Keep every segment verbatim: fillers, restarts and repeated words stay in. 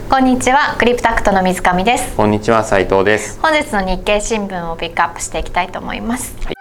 こんにちは、クリプタクトの水上です。 こんにちは、斉藤です。 本日の日経新聞をピックアップしていきたいと思います。はい、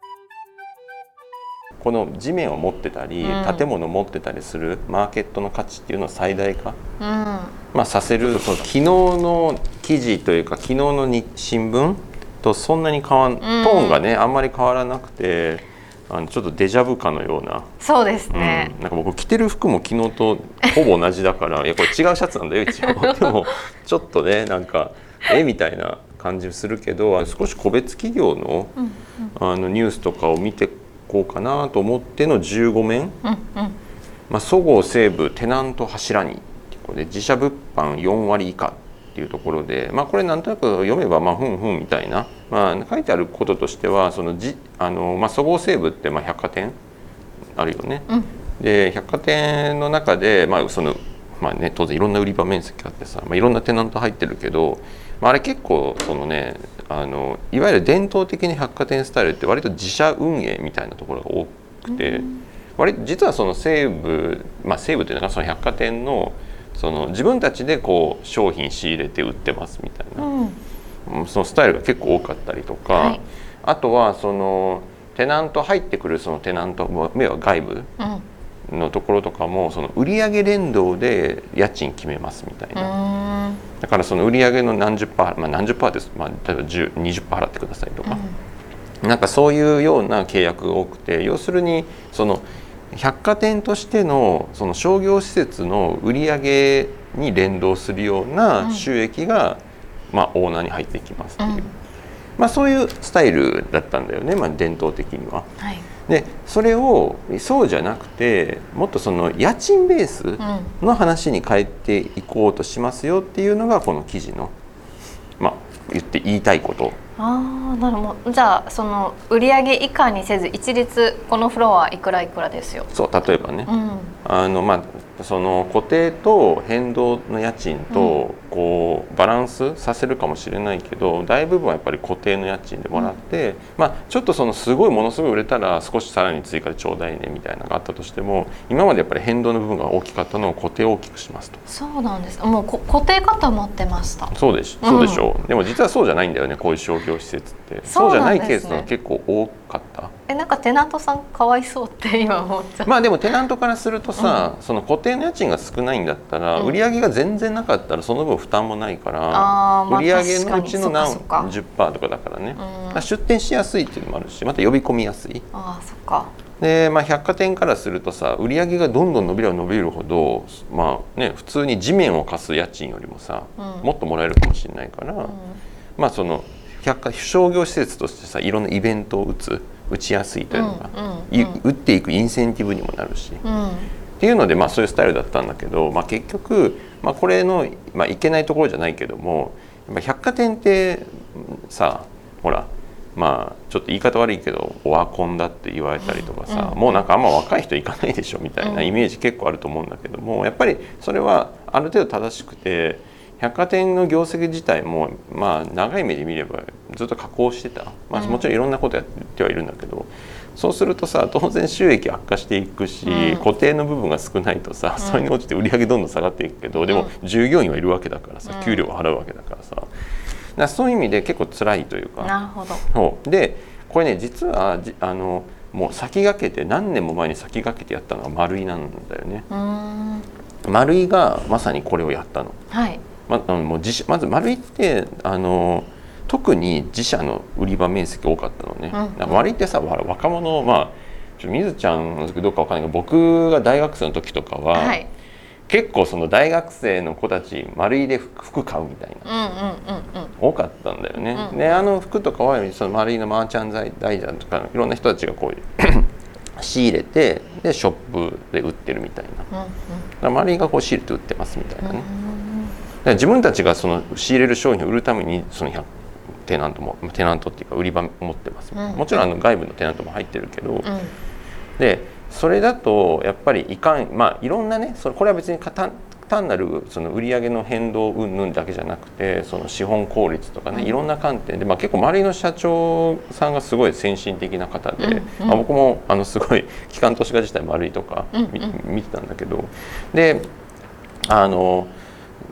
この地面を持ってたり、うん、建物を持ってたりするマーケットの価値っていうのを最大化、うんまあ、させるその昨日の記事というか昨日のに新聞とそんなに変わん、うん、トーンがねあんまり変わらなくて。あのちょっとデジャブかのような。 そうですね、 うん、なんか僕着てる服も昨日とほぼ同じだからいやこれ違うシャツなんだよ一応でもちょっとねなんかえみたいな感じするけど少し個別企業の、うんうん、あのニュースとかを見ていこうかなと思ってのじゅうごめん、うんうんまあ、そごう・西武テナント柱にで自社物販よんわり以下っていうところで、まあ、これなんとなく読めばまあふんふんみたいな、まあ、書いてあることとしてはそのじあの、まあ、そごう・西武ってまあ百貨店あるよね、うん、で百貨店の中で、まあそのまあね、当然いろんな売り場面積あってさ、まあ、いろんなテナント入ってるけど、まあ、あれ結構そのねあのいわゆる伝統的に百貨店スタイルって割と自社運営みたいなところが多くて、うん、割実はその西武、まあ、西武っていうのはその百貨店のその自分たちでこう商品仕入れて売ってますみたいな、うん、そのスタイルが結構多かったりとか、はい、あとはそのテナント入ってくるそのテナント目は外部のところとかもその売上連動で家賃決めますみたいな、うん、だからその売上の何十パー、まあ、何十パーです、まあ、例えばじゅう、にじゅっパー払ってくださいとか、うん、なんかそういうような契約が多くて要するにその百貨店としてのその商業施設の売り上げに連動するような収益が、うんまあ、オーナーに入ってきますっていう、うんまあ、そういうスタイルだったんだよね、まあ、伝統的には。はい、でそれをそうじゃなくてもっとその家賃ベースの話に変えていこうとしますよっていうのがこの記事の、まあ、言って言いたいこと。 あなるほど。じゃあその売上以下にせず一律このフロアいくらいくらですよ。 そう例えばね、うん、あのまあその固定と変動の家賃とこうバランスさせるかもしれないけど大部分はやっぱり固定の家賃でもらって、うんまあ、ちょっとそのすごいものすごい売れたら少しさらに追加でちょうだいねみたいなのがあったとしても今までやっぱり変動の部分が大きかったのを固定を大きくしますと。 そうなんです。もうこ固定かと思ってました。 そうでし、そうでしょう、うん、でも実はそうじゃないんだよねこういう商業施設って。そうじゃないケースが結構多かった。 えなんかテナントさんかわいそうって今思っちゃう。 まあでもテナントからするとさ、うん、その固定の家賃が少ないんだったら、うん、売上が全然なかったらその分負担もないから、まあ、売上のうちの何じゅっパーセントとかだからね、うん、出店しやすいっていうのもあるしまた呼び込みやすい。 あそっか。 で、まあ、百貨店からするとさ売上がどんどん伸びれば伸びるほど、まあね、普通に地面を貸す家賃よりもさ、うん、もっともらえるかもしれないから、うん、まあその百貨商業施設としてさいろんなイベントを打つ打ちやすいというのが、うんうんうん、打っていくインセンティブにもなるし、うん、っていうので、まあ、そういうスタイルだったんだけど、まあ、結局、まあ、これの、まあ、いけないところじゃないけども百貨店ってさほらまあちょっと言い方悪いけどオワコンだって言われたりとかさ、うん、もうなんかあんま若い人行かないでしょみたいなイメージ結構あると思うんだけどもやっぱりそれはある程度正しくて百貨店の業績自体もまあ長い目で見ればずっと下降してた、まあ、もちろんいろんなことやってはいるんだけど、そうするとさ当然収益悪化していくし、うん、固定の部分が少ないとさ、うん、それに応じて売り上げどんどん下がっていくけどでも従業員はいるわけだからさ給料を払うわけだからさ、だからそういう意味で結構辛いというか。 なるほど。 そうでこれね実はあのもう先駆けて何年も前に先駆けてやったのが丸井なんだよね。うーん丸井がまさにこれをやったの。はいま, あのもう自社まず丸井ってあの特に自社の売り場面積多かったのね、うん、なんか丸井ってさ若者まあちょみずちゃんの時どうかわかんないけど僕が大学生の時とかは、はい、結構その大学生の子たち丸井で服買うみたいな、うんうんうんうん、多かったんだよね、うん、であの服とかはその丸井のマーチャンダイザーとかいろんな人たちがこう仕入れてでショップで売ってるみたいな、うんうん、だから丸井がこう仕入れて売ってますみたいなね、うん自分たちがその仕入れる商品を売るためにそのテナントもテナントっていうか売り場を持ってます、うん、もちろんあの外部のテナントも入ってるけど、うん、でそれだとやっぱりいかんまあいろんなねそれこれは別に単なるその売上の変動云々だけじゃなくてその資本効率とかね、うん、いろんな観点で、まあ、結構周りの社長さんがすごい先進的な方で、うんうんまあ、僕もあのすごい機関投資家自体丸いとか、うんうん、見てたんだけどであの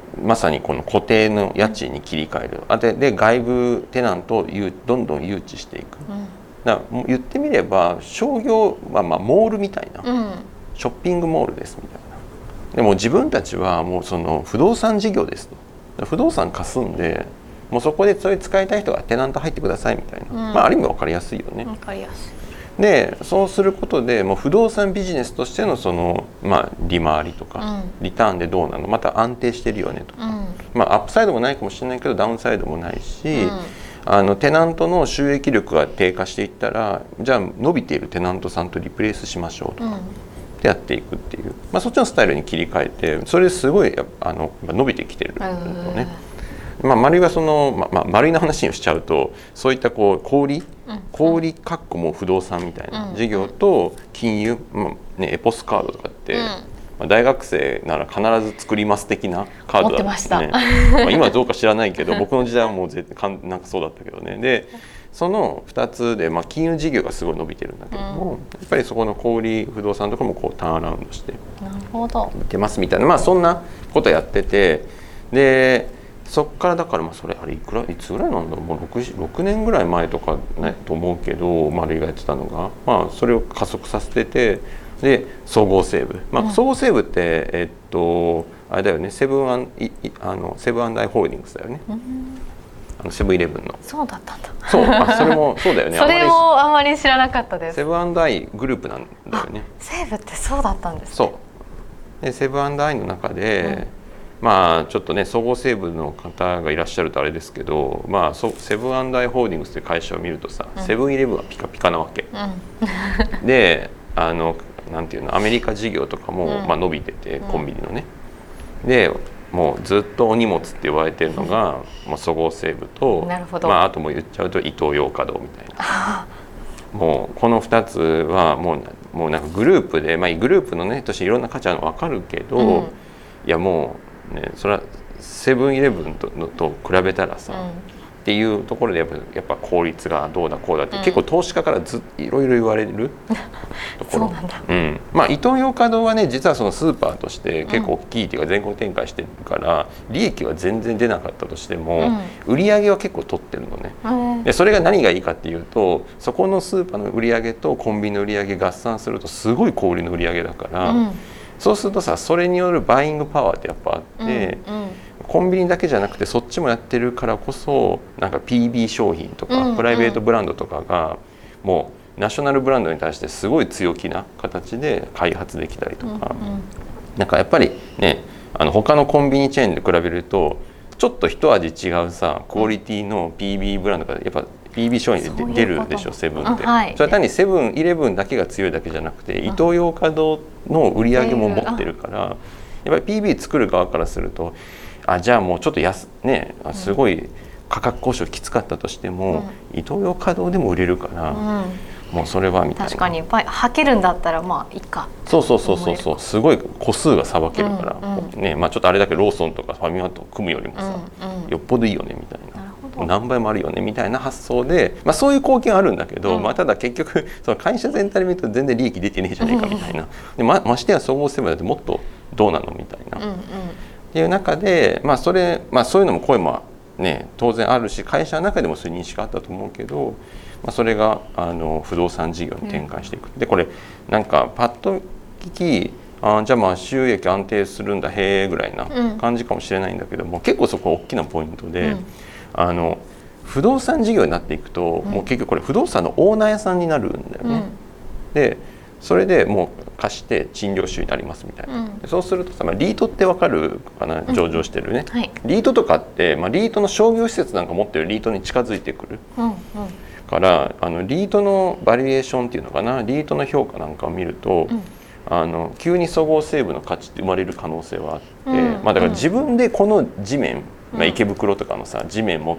まさにこの固定の家賃に切り替える、あでで外部テナントをどんどん誘致していく、うん、だからもう言ってみれば商業はまあモールみたいな、うん、ショッピングモールですみたいな。でも自分たちはもうその不動産事業ですと、不動産貸すんでもうそこでそれ使いたい人がテナント入ってくださいみたいな、うん、まあ、ある意味分かりやすいよね。 分かりやすい。 でそうすることでもう不動産ビジネスとしてのその、まあ、利回りとか、うん、リターンでどうなの、また安定してるよねとか、うん、まあ、アップサイドもないかもしれないけどダウンサイドもないし、うん、あのテナントの収益力が低下していったらじゃあ伸びているテナントさんとリプレイスしましょうとか、うん、でやっていくっていう、まあ、そっちのスタイルに切り替えてそれですごいあの伸びてきてるのね。まあ、丸いはその、ままあ、丸いの話をしちゃうとそういったこう小売小売かっこも不動産みたいな事業と金融、まあね、エポスカードとかって、うん、まあ、大学生なら必ず作ります的なカードだったね。まあ今はどうか知らないけど僕の時代はもう絶対なんかそうだったけどね。でそのふたつで、まあ、金融事業がすごい伸びてるんだけども、うん、やっぱりそこの小売不動産とかもこうターンアラウンドして見てますみたいな、まあ、そんなことやってて、でそっからだからまあそれあれいくらいつぐらいなんだろう、もう 6, ろくねんぐらい前とかねと思うけど丸井がやってたのが、まあ、それを加速させてて、で総合西武、まあ、総合西武ってえっとあれだよね、セブンアンいあのセブンアンダイ・ホールディングスだよね、うん、あのセブンイレブンの。 そうだったんだ。 そう、あそれもそうだよね。 それもあんまり知らなかったです。 セブンアンダイグループなんだよね。 西武ってそうだったんですね。 そうでセブンアンダイの中で、うん、まあちょっとね総合西武の方がいらっしゃるとあれですけど、まあセブンアンダイホールディングスという会社を見るとさ、うん、セブンイレブンはピカピカなわけ、うん、であのなんていうのアメリカ事業とかも、うん、まあ、伸びててコンビニのね、うん、でもうずっとお荷物って言われてるのが、うん、まあ、そごう・西武と、まあ、あともう言っちゃうとイトーヨーカドーみたいなもうこのふたつはもう、もうなんかグループで、まあ、グループのねとしていろんな価値あるの分かるけど、うん、いやもうねそれはセブンイレブンとのと比べたらさ、うん、っていうところでやっぱ、やっぱ効率がどうだこうだって、うん、結構投資家からずいろいろ言われるところ。そうなんだ、うん、まあイトーヨーカドーはね実はそのスーパーとして結構大きいっていうか全国展開してるから利益は全然出なかったとしても、うん、売り上げは結構取ってるのね、うん、でそれが何がいいかっていうとそこのスーパーの売り上げとコンビニの売り上げ合算するとすごい小売りの売り上げだから、うん、そうするとさそれによるバイングパワーってやっぱあって、うんうん、コンビニだけじゃなくてそっちもやってるからこそなんか ピービー 商品とか、うんうん、プライベートブランドとかがもうナショナルブランドに対してすごい強気な形で開発できたりとか、うんうん、なんかやっぱりねあの他のコンビニチェーンで比べるとちょっと一味違うさクオリティの ピービー ブランドがやっぱ ピービー 商品で出るでしょセブンって、はい、それは単にセブンイレブンだけが強いだけじゃなくてイトーヨーカドーの売り上げも持ってるからやっぱり ピービー 作る側からするとあじゃあもうちょっと安ねすごい価格交渉きつかったとしても、うん、イトーヨーカドーでも売れるから、うん、もうそれはみたいな。 確かにはけるんだったらまあいいか。 そうそうそうそうそうすごい個数がさばけるから、うんうん、ねまあちょっとあれだけローソンとかファミマと組むよりもさ、うんうん、よっぽどいいよねみたいな。何倍もあるよねみたいな発想で、まあ、そういう貢献はあるんだけど、うんまあ、ただ結局その会社全体で見ると全然利益出てねえじゃねえかみたいなで ま, ましてや総合セブンだってもっとどうなのみたいな、うんうん、っていう中で、まあそれまあ、そういうのも声も、ね、当然あるし会社の中でもそういう認識があったと思うけど、まあ、それがあの不動産事業に展開していく、うん、でこれなんかパッと聞きあじゃあまあ収益安定するんだへえぐらいな感じかもしれないんだけども、うん、結構そこは大きなポイントで、うんあの不動産事業になっていくと、うん、もう結局これ不動産のオーナー屋さんになるんだよね、うん、でそれでもう貸して賃料収になりますみたいな、うん、そうするとさ、まあ、リートってわかるかな上場してるね、うんはい、リートとかって、まあ、リートの商業施設なんか持ってるリートに近づいてくる、うんうん、からあのリートのバリエーションっていうのかなリートの評価なんかを見ると、うんあの急にそごう・西武の価値って生まれる可能性はあって、うんまあ、だから自分でこの地面、うんまあ、池袋とかのさ地面持って、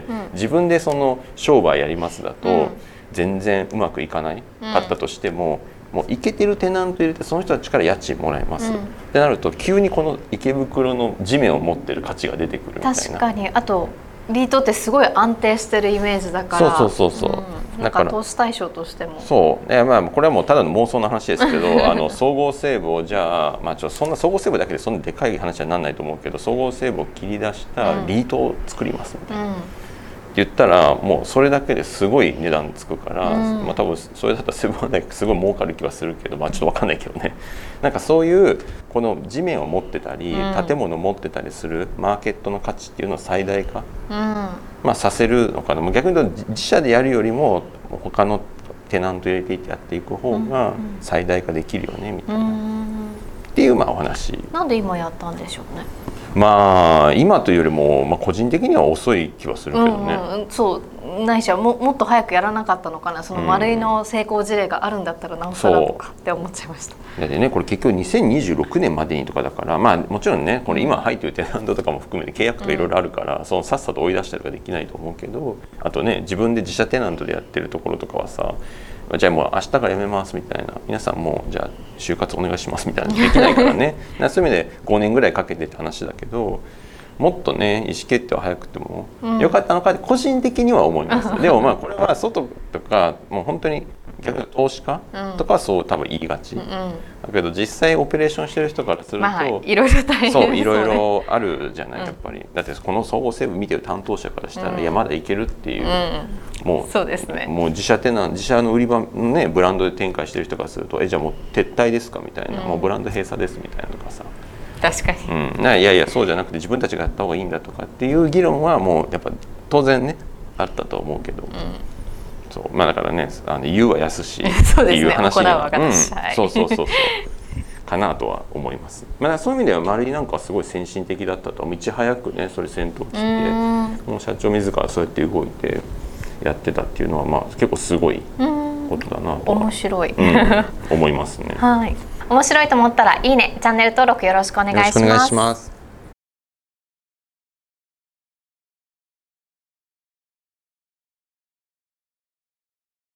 うん、自分でその商売やりますだと、うん、全然うまくいかないかったとしても、うん、もうイケてるテナント入れてその人たちから家賃もらえます、うん、ってなると急にこの池袋の地面を持ってる価値が出てくるみたいな。 確かにあとリートってすごい安定してるイメージだからそうそうそうそう、うんなんか投資対象としてもそういや、まあ、これはもうただの妄想の話ですけどあの総合セーブをじゃあ、まあ、ちょそんな総合セーブだけでそんなでかい話はならないと思うけど総合セーブを切り出したリートを作りますみたいな、うん、言ったらもうそれだけですごい値段つくから、うん、まあ、多分それだったらセブンはねすごい儲かる気はするけど、まあ、ちょっと分かんないけどねなんかそういうこの地面を持ってたり、うん、建物を持ってたりするマーケットの価値っていうのを最大化、うん、まあ、させるのかな。逆に言うと自社でやるよりも他のテナント入れていってやっていく方が最大化できるよねみたいな、うん、っていうまあお話。 なんで今やったんでしょうね。 まあ今というよりも、まあ、個人的には遅い気はするけどね、 うんうん、そうないしは も, もっと早くやらなかったのかな。その丸井の成功事例があるんだったらなおさらとかって思っちゃいました。 だってねこれ結局にせんにじゅうろくねんまでにとかだから、まあもちろんねこれ今入ってるテナントとかも含めて契約とかいろいろあるから、うん、そのさっさと追い出したりとかできないと思うけど、あとね自分で自社テナントでやってるところとかはさ、じゃあもう明日から辞めますみたいな、皆さんもうじゃあ就活お願いしますみたいなできないからねそういう意味でごねんぐらいかけてって話だけど、もっとね意思決定は早くてもよかったのかって個人的には思います、うん、でもまあこれは外とかもう本当に逆に投資家とかはそう多分言いがち、うん、だけど実際オペレーションしてる人からすると、まあ、 いろいろ大変そういろいろあるじゃない、やっぱり。だってこの総合セーブ見てる担当者からしたら、うん、いやまだいけるっていう、うん、もうそうですね、 もう自社テナ自社の売り場のねブランドで展開してる人からすると、えじゃあもう撤退ですかみたいな、うん、もうブランド閉鎖ですみたいなとかさ。 確かに、 うん、いやいやそうじゃなくて自分たちがやった方がいいんだとかっていう議論はもうやっぱ当然ねあったと思うけど、うん、そうまあだからねあの言うは安しっていう話が、うん、そうそうそうそうかなとは思います。まあそういう意味では丸井なんかはすごい先進的だったと。いち早くねそれ先頭切ってもう社長自らそうやって動いてやってたっていうのはまあ結構すごいことだなとは面白い、 うん、思いますね。 はい、面白いと思ったらいいね、チャンネル登録よろしくお願いします。 よろしくお願いします。